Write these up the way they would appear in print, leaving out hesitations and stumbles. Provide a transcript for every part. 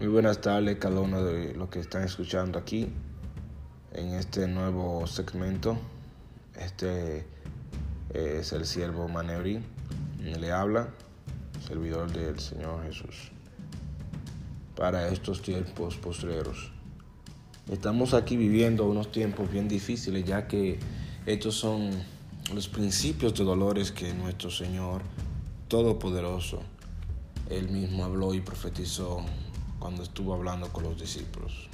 Muy buenas tardes cada uno de los que están escuchando aquí en este nuevo segmento. Este es el siervo Manebri, le habla, servidor del Señor Jesús, para estos tiempos postreros. Estamos aquí viviendo unos tiempos bien difíciles, ya que estos son los principios de dolores que nuestro Señor Todopoderoso, Él mismo habló y profetizó cuando estuvo hablando con los discípulos.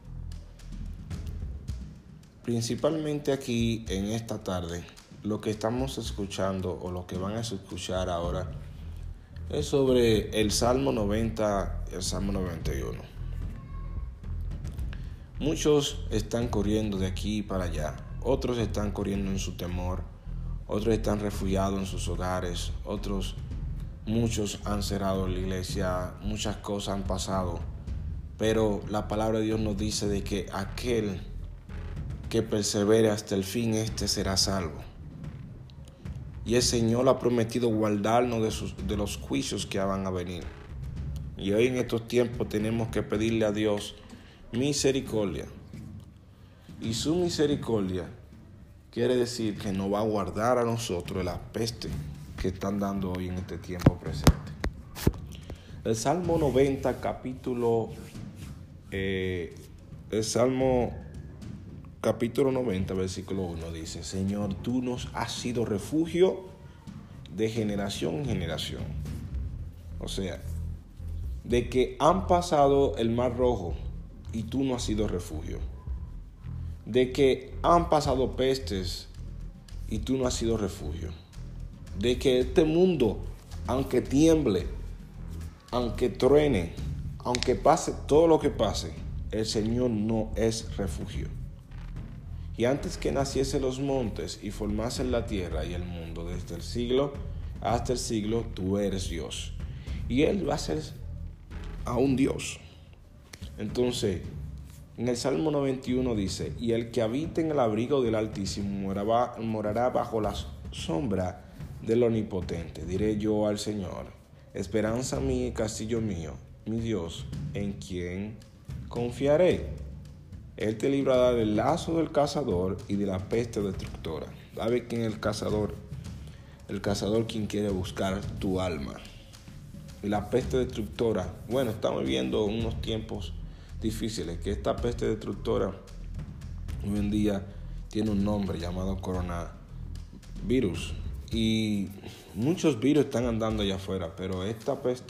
Principalmente aquí en esta tarde, lo que estamos escuchando o lo que van a escuchar ahora es sobre el Salmo 90 y el Salmo 91. Muchos están corriendo de aquí para allá, otros están corriendo en su temor, otros están refugiados en sus hogares, muchos han cerrado la iglesia, muchas cosas han pasado, pero la palabra de Dios nos dice de que aquel que persevere hasta el fin, este será salvo. Y el Señor ha prometido guardarnos de los juicios que van a venir. Y hoy en estos tiempos tenemos que pedirle a Dios misericordia. Y su misericordia quiere decir que nos va a guardar a nosotros de la peste que están dando hoy en este tiempo presente. El Salmo 90, capítulo 90, versículo 1 dice: Señor, tú nos has sido refugio de generación en generación. O sea, de que han pasado el mar rojo y tú no has sido refugio. De que han pasado pestes y tú no has sido refugio. De que este mundo, aunque tiemble, aunque truene, aunque pase todo lo que pase, el Señor no es refugio. Y antes que naciesen los montes y formasen la tierra y el mundo, desde el siglo hasta el siglo, tú eres Dios. Y Él va a ser aún Dios. Entonces, en el Salmo 91 dice: y el que habita en el abrigo del Altísimo morará bajo la sombra del Omnipotente. Diré yo al Señor: esperanza mía y castillo mío, mi Dios, en quien confiaré. Él te librará del lazo del cazador y de la peste destructora. ¿Sabe quién es el cazador? El cazador quien quiere buscar tu alma. Y la peste destructora, bueno, estamos viviendo unos tiempos difíciles, que esta peste destructora hoy en día tiene un nombre llamado coronavirus. Y muchos virus están andando allá afuera, pero esta peste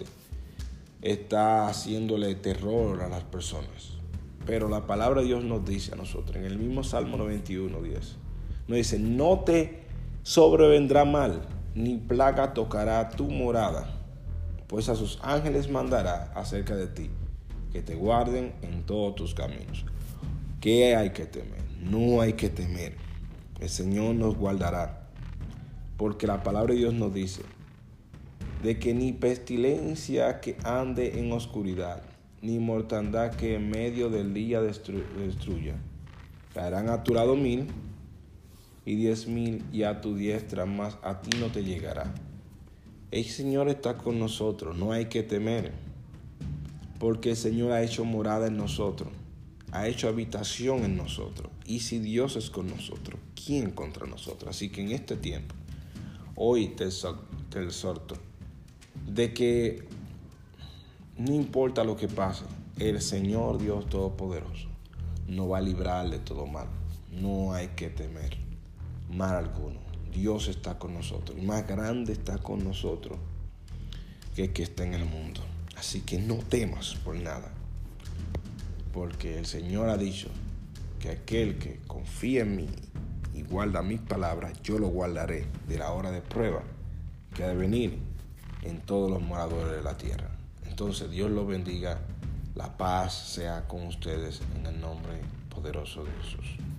está haciéndole terror a las personas. Pero la palabra de Dios nos dice a nosotros, en el mismo Salmo 91:10, nos dice: no te sobrevendrá mal, ni plaga tocará tu morada, pues a sus ángeles mandará acerca de ti, que te guarden en todos tus caminos. ¿Qué hay que temer? No hay que temer. El Señor nos guardará, porque la palabra de Dios nos dice de que ni pestilencia que ande en oscuridad, ni mortandad que en medio del día destruya. Caerán a tu lado 1000 y 10,000 y a tu diestra, mas a ti no te llegará. El Señor está con nosotros, no hay que temer, porque el Señor ha hecho morada en nosotros, ha hecho habitación en nosotros. Y si Dios es con nosotros, ¿quién contra nosotros? Así que en este tiempo, hoy te exhorto de que no importa lo que pase, el Señor Dios Todopoderoso nos va a librar de todo mal. No hay que temer mal alguno. Dios está con nosotros. Y más grande está con nosotros que el que está en el mundo. Así que no temas por nada, porque el Señor ha dicho que aquel que confía en mí y guarda mis palabras, yo lo guardaré de la hora de prueba que ha de venir en todos los moradores de la tierra. Entonces Dios los bendiga, la paz sea con ustedes en el nombre poderoso de Jesús.